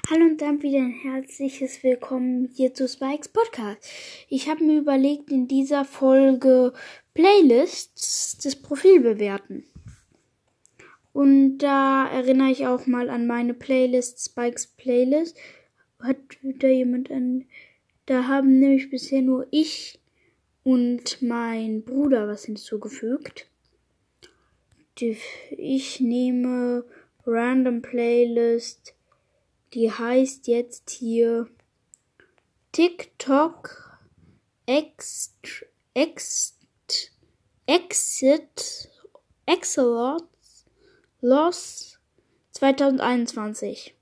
Hallo und dann wieder ein herzliches Willkommen hier zu Spikes Podcast. Ich habe mir überlegt, in dieser Folge Playlists das Profil bewerten. Und da erinnere ich auch mal an meine Playlist, Spikes Playlist. Hat da jemand an? Da haben nämlich bisher nur ich und mein Bruder was hinzugefügt. Ich nehme Random Playlist. Die heißt jetzt hier TikTok Exit Loss 2021.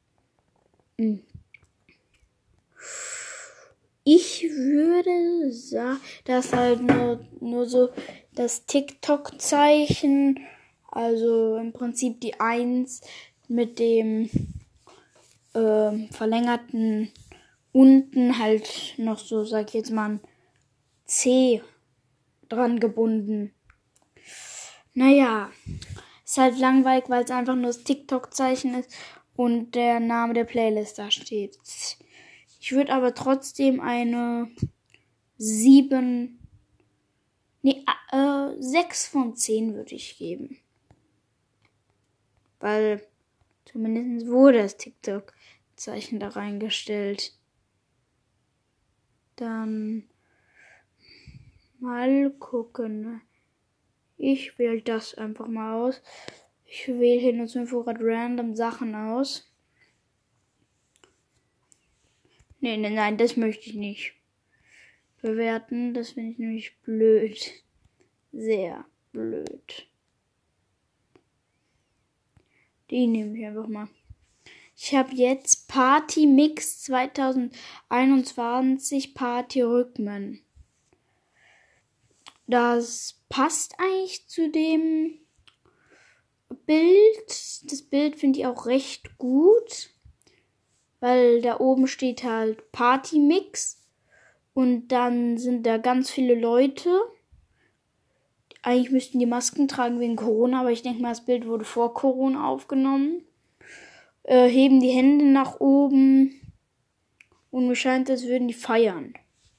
Ich würde sagen, dass halt nur so das TikTok-Zeichen, also im Prinzip die 1 mit dem verlängerten unten halt noch so, sag ich jetzt mal, ein C dran gebunden. Naja, ist halt langweilig, weil es einfach nur das TikTok-Zeichen ist und der Name der Playlist da steht. Ich würde aber trotzdem eine 6 von 10 würde ich geben. Weil zumindest wurde das TikTok-Zeichen da reingestellt. Dann mal gucken. Ich wähle das einfach mal aus. Ich wähle hier nur zum Vorrat random Sachen aus. Nein, das möchte ich nicht bewerten. Das finde ich nämlich blöd. Sehr blöd. Die nehme ich einfach mal. Ich habe jetzt Party Mix 2021 Party Rhythmen. Das passt eigentlich zu dem Bild. Das Bild finde ich auch recht gut, weil da oben steht halt Party Mix und dann sind da ganz viele Leute. Eigentlich müssten die Masken tragen wegen Corona, aber ich denke mal, das Bild wurde vor Corona aufgenommen. Heben die Hände nach oben und mir scheint, als würden die feiern.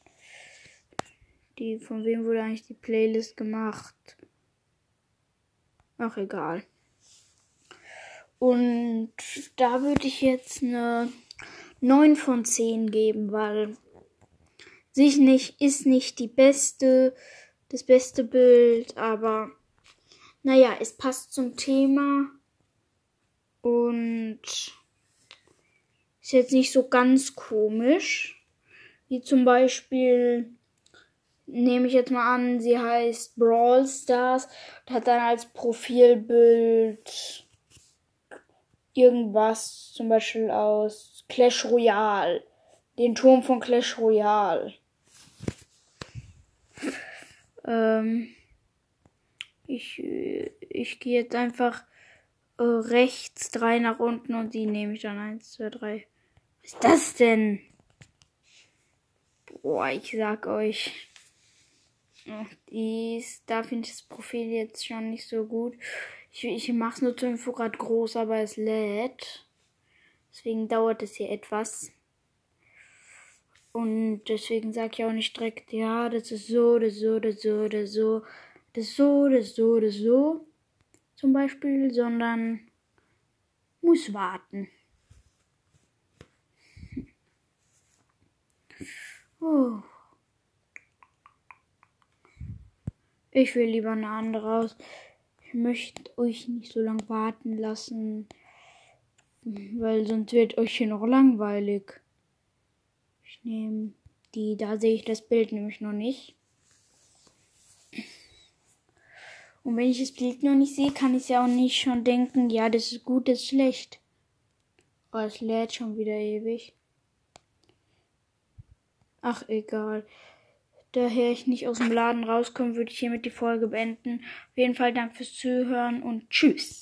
Von wem wurde eigentlich die Playlist gemacht? Ach, egal. Und da würde ich jetzt eine 9 von 10 geben, weil ist nicht das beste Bild, aber naja, es passt zum Thema und ist jetzt nicht so ganz komisch. Wie zum Beispiel, nehme ich jetzt mal an, sie heißt Brawl Stars und hat dann als Profilbild irgendwas, zum Beispiel aus Clash Royale, den Turm von Clash Royale. Ich gehe jetzt einfach rechts 3 nach unten und die nehme ich dann 1, 2, 3. Was ist das denn? Boah, ich sag euch. Da finde ich das Profil jetzt schon nicht so gut. Ich mache es nur zur Info gerade groß, aber es lädt. Deswegen dauert es hier etwas. Und deswegen sage ich auch nicht direkt, ja, das ist so, das ist so, das ist so, das ist so, das ist so, das ist so, das ist so. Zum Beispiel, sondern muss warten. Oh. Ich will lieber eine andere aus. Ich möchte euch nicht so lange warten lassen, weil sonst wird euch hier noch langweilig. Ich nehme die, da sehe ich das Bild nämlich noch nicht. Und wenn ich das Bild noch nicht sehe, kann ich ja auch nicht schon denken, ja, das ist gut, das ist schlecht. Oh, es lädt schon wieder ewig. Ach, egal. Daher ich nicht aus dem Laden rauskomme, würde ich hiermit die Folge beenden. Auf jeden Fall Dank fürs Zuhören und tschüss.